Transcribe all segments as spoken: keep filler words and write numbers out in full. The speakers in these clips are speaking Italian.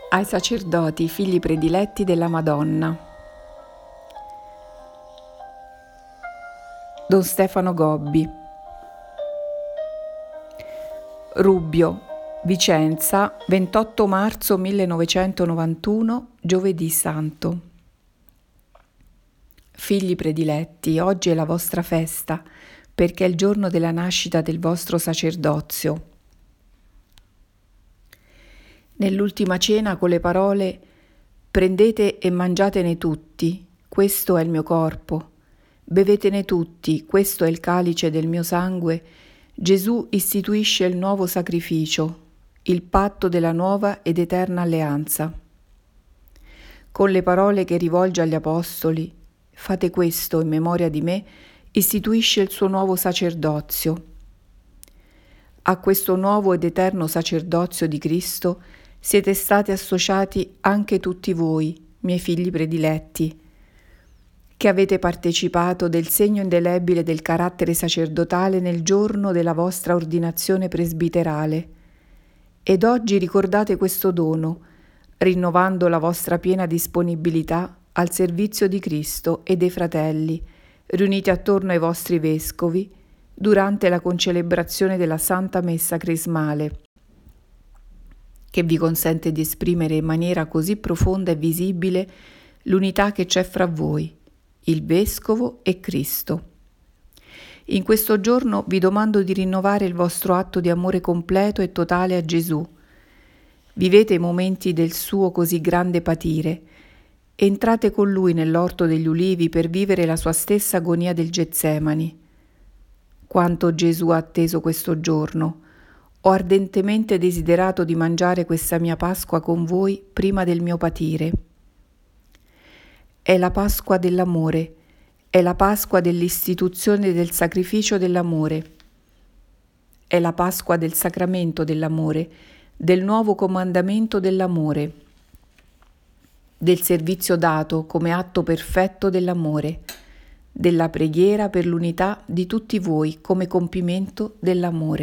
Ai sacerdoti, figli prediletti della Madonna. Don Stefano Gobbi. Rubbio, Vicenza, ventotto marzo millenovecentonovantuno, giovedì santo. Figli prediletti, oggi è la vostra festa, perché è il giorno della nascita del vostro sacerdozio. Nell'ultima cena con le parole «Prendete e mangiatene tutti, questo è il mio corpo, bevetene tutti, questo è il calice del mio sangue», Gesù istituisce il nuovo sacrificio, il patto della nuova ed eterna alleanza. Con le parole che rivolge agli apostoli «Fate questo in memoria di me», istituisce il suo nuovo sacerdozio. A questo nuovo ed eterno sacerdozio di Cristo siete stati associati anche tutti voi, miei figli prediletti, che avete partecipato del segno indelebile del carattere sacerdotale nel giorno della vostra ordinazione presbiterale. Ed oggi ricordate questo dono, rinnovando la vostra piena disponibilità al servizio di Cristo e dei fratelli, riuniti attorno ai vostri vescovi, durante la concelebrazione della Santa Messa Crismale, che vi consente di esprimere in maniera così profonda e visibile l'unità che c'è fra voi, il Vescovo e Cristo. In questo giorno vi domando di rinnovare il vostro atto di amore completo e totale a Gesù. Vivete i momenti del suo così grande patire. Entrate con Lui nell'orto degli ulivi per vivere la sua stessa agonia del Getsemani. Quanto Gesù ha atteso questo giorno! Ho ardentemente desiderato di mangiare questa mia Pasqua con voi prima del mio patire. È la Pasqua dell'amore, è la Pasqua dell'istituzione del sacrificio dell'amore, è la Pasqua del sacramento dell'amore, del nuovo comandamento dell'amore, del servizio dato come atto perfetto dell'amore, della preghiera per l'unità di tutti voi come compimento dell'amore.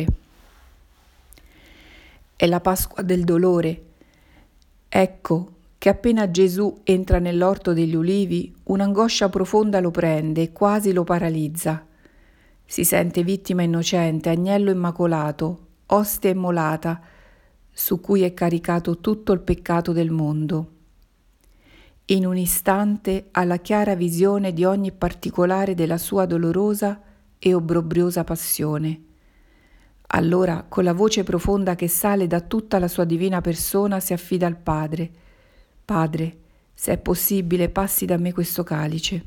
È la Pasqua del dolore. Ecco che appena Gesù entra nell'orto degli ulivi, un'angoscia profonda lo prende e quasi lo paralizza. Si sente vittima innocente, agnello immacolato, ostia immolata, su cui è caricato tutto il peccato del mondo. In un istante ha la chiara visione di ogni particolare della sua dolorosa e obbrobriosa passione. Allora, con la voce profonda che sale da tutta la sua divina persona, si affida al Padre. Padre, se è possibile, passi da me questo calice.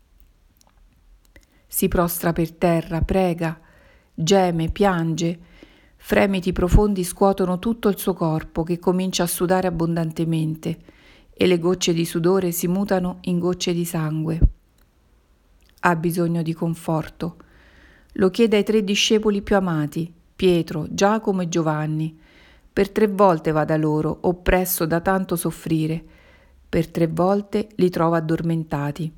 Si prostra per terra, prega, geme, piange. Fremiti profondi scuotono tutto il suo corpo, che comincia a sudare abbondantemente, e le gocce di sudore si mutano in gocce di sangue. Ha bisogno di conforto. Lo chiede ai tre discepoli più amati, Pietro, Giacomo e Giovanni. Per tre volte va da loro, oppresso da tanto soffrire. Per tre volte li trova addormentati.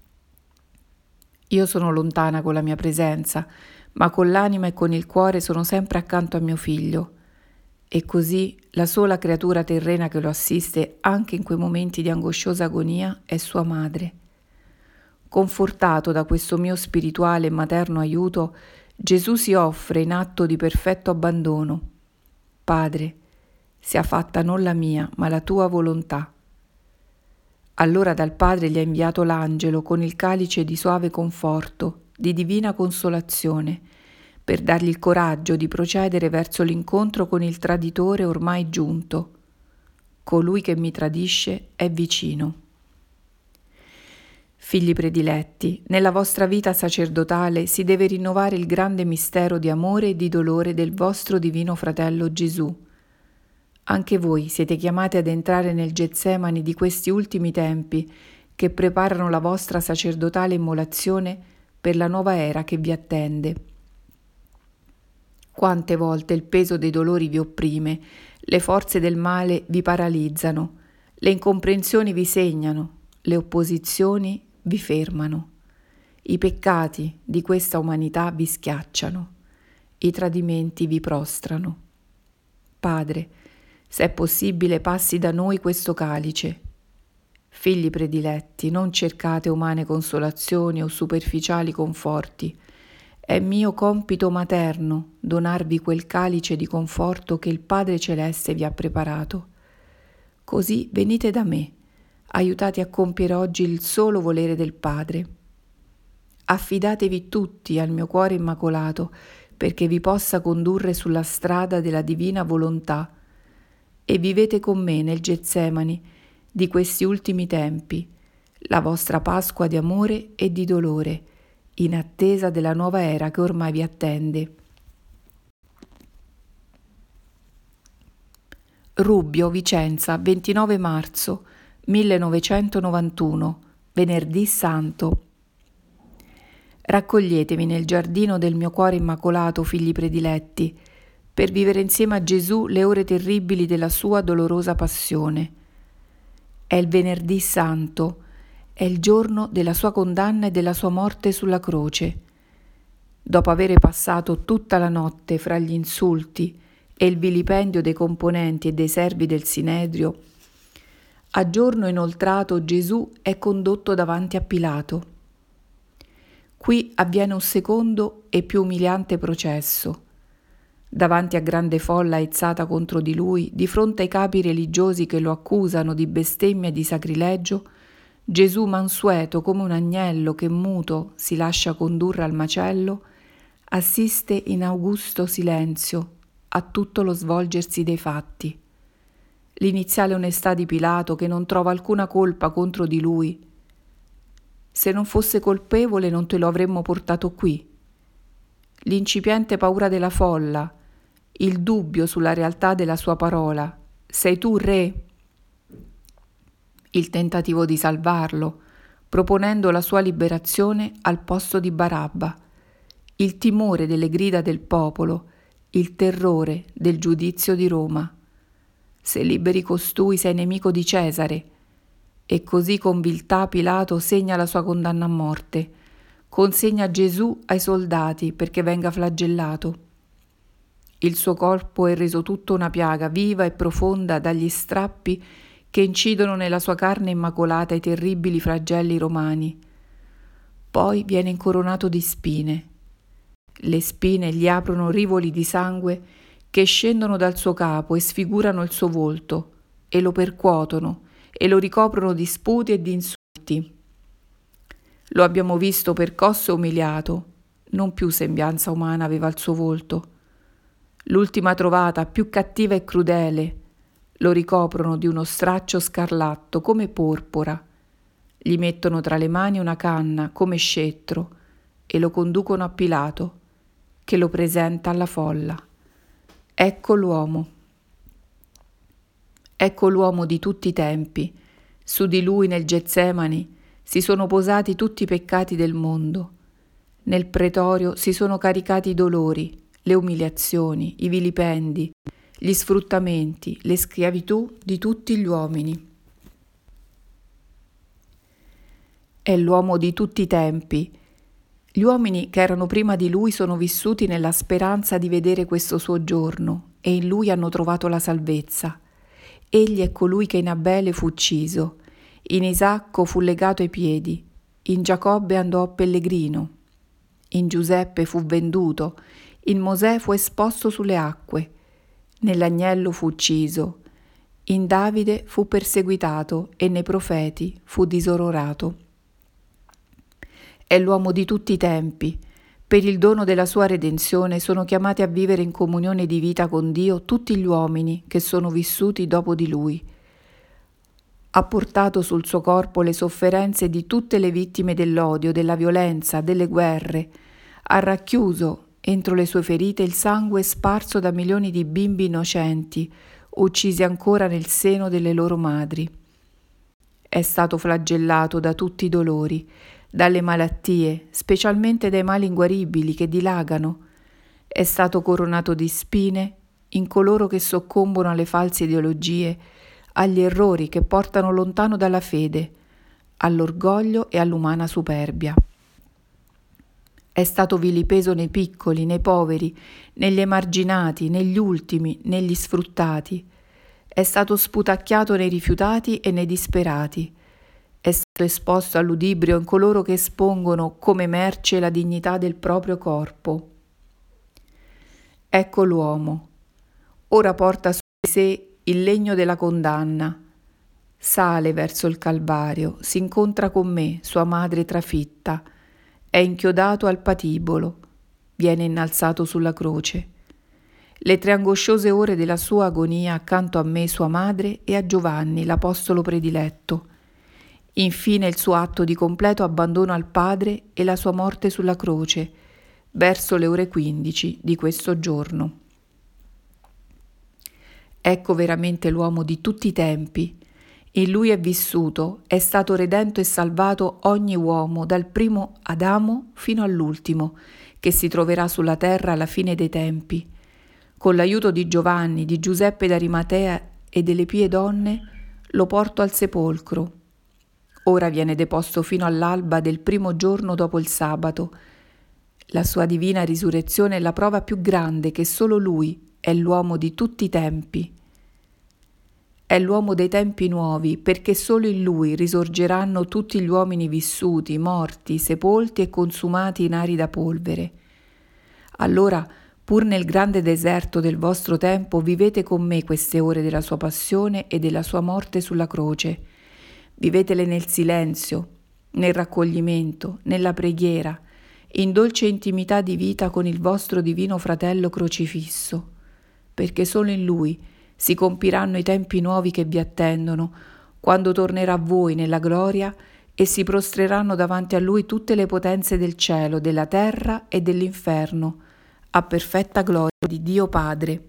Io sono lontana con la mia presenza, ma con l'anima e con il cuore sono sempre accanto a mio figlio. E così la sola creatura terrena che lo assiste anche in quei momenti di angosciosa agonia è sua madre. Confortato da questo mio spirituale e materno aiuto, Gesù si offre in atto di perfetto abbandono. Padre, sia fatta non la mia, ma la tua volontà. Allora dal Padre gli ha inviato l'angelo con il calice di soave conforto, di divina consolazione, per dargli il coraggio di procedere verso l'incontro con il traditore ormai giunto. Colui che mi tradisce è vicino. Figli prediletti, nella vostra vita sacerdotale si deve rinnovare il grande mistero di amore e di dolore del vostro divino fratello Gesù. Anche voi siete chiamati ad entrare nel Getsemani di questi ultimi tempi che preparano la vostra sacerdotale immolazione per la nuova era che vi attende. Quante volte il peso dei dolori vi opprime, le forze del male vi paralizzano, le incomprensioni vi segnano, le opposizioni vi fermano, i peccati di questa umanità vi schiacciano, i tradimenti vi prostrano. Padre, Se è possibile, passi da noi questo calice. Figli prediletti, non cercate umane consolazioni o superficiali conforti. È mio compito materno donarvi quel calice di conforto che il Padre Celeste vi ha preparato. Così venite da me, aiutati a compiere oggi il solo volere del Padre. Affidatevi tutti al mio cuore immacolato, perché vi possa condurre sulla strada della divina volontà, e vivete con me nel Getsemani di questi ultimi tempi, la vostra Pasqua di amore e di dolore, in attesa della nuova era che ormai vi attende. Rubbio, Vicenza, ventinove marzo millenovecentonovantuno, Venerdì Santo. Raccoglietevi nel giardino del mio cuore immacolato, figli prediletti, per vivere insieme a Gesù le ore terribili della sua dolorosa passione. È il Venerdì Santo, è il giorno della sua condanna e della sua morte sulla croce. Dopo aver passato tutta la notte fra gli insulti e il vilipendio dei componenti e dei servi del Sinedrio, a giorno inoltrato Gesù è condotto davanti a Pilato. Qui avviene un secondo e più umiliante processo. Davanti a grande folla aizzata contro di lui, di fronte ai capi religiosi che lo accusano di bestemmia e di sacrilegio, Gesù mansueto come un agnello che muto si lascia condurre al macello, assiste in augusto silenzio a tutto lo svolgersi dei fatti. L'iniziale onestà di Pilato, che non trova alcuna colpa contro di lui. Se non fosse colpevole non te lo avremmo portato qui. L'incipiente paura della folla, il dubbio sulla realtà della sua parola. Sei tu re? Il tentativo di salvarlo, proponendo la sua liberazione al posto di Barabba. Il timore delle grida del popolo, il terrore del giudizio di Roma. Se liberi costui sei nemico di Cesare. E così con viltà Pilato segna la sua condanna a morte. Consegna Gesù ai soldati perché venga flagellato. Il suo corpo è reso tutto una piaga viva e profonda dagli strappi che incidono nella sua carne immacolata i terribili flagelli romani. Poi viene incoronato di spine. Le spine gli aprono rivoli di sangue che scendono dal suo capo e sfigurano il suo volto e lo percuotono e lo ricoprono di sputi e di insulti. Lo abbiamo visto percosso e umiliato, non più sembianza umana aveva il suo volto. L'ultima trovata, più cattiva e crudele, lo ricoprono di uno straccio scarlatto come porpora, gli mettono tra le mani una canna come scettro e lo conducono a Pilato, che lo presenta alla folla. Ecco l'uomo. Ecco l'uomo di tutti i tempi. Su di lui nel Getsemani si sono posati tutti i peccati del mondo. Nel pretorio si sono caricati i dolori, le umiliazioni, i vilipendi, gli sfruttamenti, le schiavitù di tutti gli uomini. È l'uomo di tutti i tempi. Gli uomini che erano prima di lui sono vissuti nella speranza di vedere questo suo giorno e in lui hanno trovato la salvezza. Egli è colui che in Abele fu ucciso, in Isacco fu legato ai piedi, in Giacobbe andò pellegrino, in Giuseppe fu venduto, in Mosè fu esposto sulle acque, nell'agnello fu ucciso, in Davide fu perseguitato e nei profeti fu disororato. È l'uomo di tutti i tempi. Per il dono della sua redenzione sono chiamati a vivere in comunione di vita con Dio tutti gli uomini che sono vissuti dopo di lui. Ha portato sul suo corpo le sofferenze di tutte le vittime dell'odio, della violenza, delle guerre. Ha racchiuso entro le sue ferite il sangue sparso da milioni di bimbi innocenti, uccisi ancora nel seno delle loro madri. È stato flagellato da tutti i dolori, dalle malattie, specialmente dai mali inguaribili che dilagano. È stato coronato di spine in coloro che soccombono alle false ideologie, agli errori che portano lontano dalla fede, all'orgoglio e all'umana superbia. È stato vilipeso nei piccoli, nei poveri, negli emarginati, negli ultimi, negli sfruttati. è stato sputacchiato nei rifiutati e nei disperati, è stato esposto al ludibrio in coloro che espongono come merce la dignità del proprio corpo. Ecco l'uomo, ora porta su di sé il legno della condanna, sale verso il Calvario, si incontra con me, sua madre trafitta, è inchiodato al patibolo, viene innalzato sulla croce. Le tre angosciose ore della sua agonia accanto a me, sua madre, e a Giovanni, l'apostolo prediletto. Infine il suo atto di completo abbandono al Padre e la sua morte sulla croce, verso le ore quindici di questo giorno. Ecco veramente l'uomo di tutti i tempi. In lui è vissuto, è stato redento e salvato ogni uomo, dal primo Adamo fino all'ultimo, che si troverà sulla terra alla fine dei tempi. Con l'aiuto di Giovanni, di Giuseppe d'Arimatea e delle pie donne, lo porto al sepolcro. Ora viene deposto fino all'alba del primo giorno dopo il sabato. La sua divina risurrezione è la prova più grande che solo lui è l'uomo di tutti i tempi. È l'uomo dei tempi nuovi, perché solo in lui risorgeranno tutti gli uomini vissuti, morti, sepolti e consumati in arida polvere. Allora, pur nel grande deserto del vostro tempo, vivete con me queste ore della sua passione e della sua morte sulla croce. Vivetele nel silenzio, nel raccoglimento, nella preghiera, in dolce intimità di vita con il vostro divino fratello crocifisso, perché solo in lui si compiranno i tempi nuovi che vi attendono, quando tornerà a voi nella gloria e si prostreranno davanti a lui tutte le potenze del cielo, della terra e dell'inferno, a perfetta gloria di Dio Padre.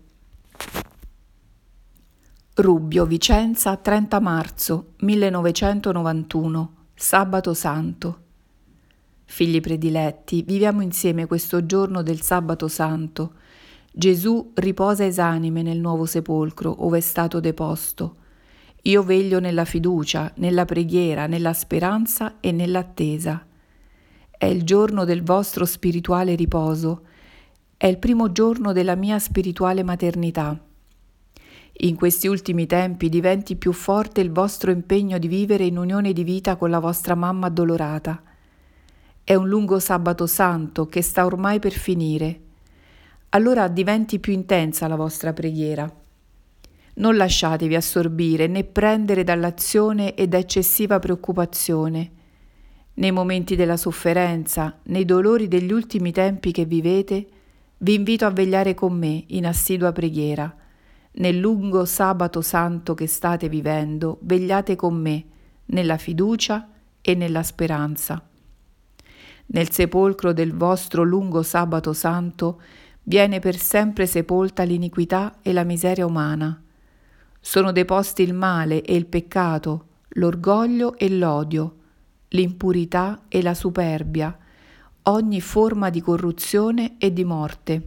Rubbio, Vicenza, trenta marzo millenovecentonovantuno, Sabato Santo. Figli prediletti, viviamo insieme questo giorno del Sabato Santo. Gesù riposa esanime nel nuovo sepolcro, ove è stato deposto. Io veglio nella fiducia, nella preghiera, nella speranza e nell'attesa. È il giorno del vostro spirituale riposo, è il primo giorno della mia spirituale maternità. In questi ultimi tempi diventi più forte il vostro impegno di vivere in unione di vita con la vostra mamma addolorata. È un lungo sabato santo che sta ormai per finire. Allora diventi più intensa la vostra preghiera. Non lasciatevi assorbire né prendere dall'azione e da eccessiva preoccupazione. Nei momenti della sofferenza, nei dolori degli ultimi tempi che vivete, vi invito a vegliare con me in assidua preghiera. Nel lungo sabato santo che state vivendo, vegliate con me nella fiducia e nella speranza. Nel sepolcro del vostro lungo sabato santo viene per sempre sepolta l'iniquità e la miseria umana. Sono deposti il male e il peccato, l'orgoglio e l'odio, l'impurità e la superbia, ogni forma di corruzione e di morte.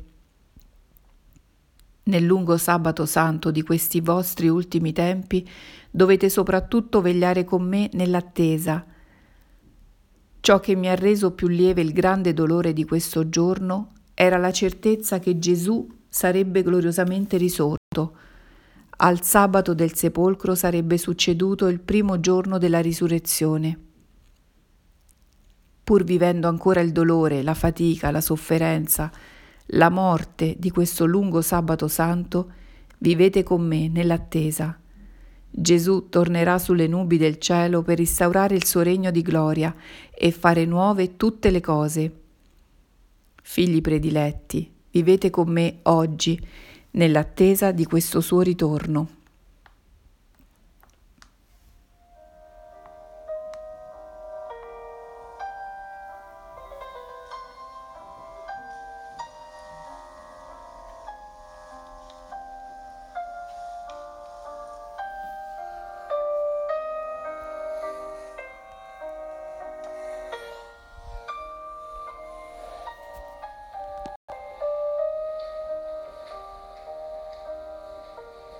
Nel lungo sabato santo di questi vostri ultimi tempi dovete soprattutto vegliare con me nell'attesa. Ciò che mi ha reso più lieve il grande dolore di questo giorno era la certezza che Gesù sarebbe gloriosamente risorto. Al sabato del sepolcro sarebbe succeduto il primo giorno della risurrezione. Pur vivendo ancora il dolore, la fatica, la sofferenza, la morte di questo lungo sabato santo, vivete con me nell'attesa. Gesù tornerà sulle nubi del cielo per instaurare il suo regno di gloria e fare nuove tutte le cose. Figli prediletti, vivete con me oggi nell'attesa di questo suo ritorno.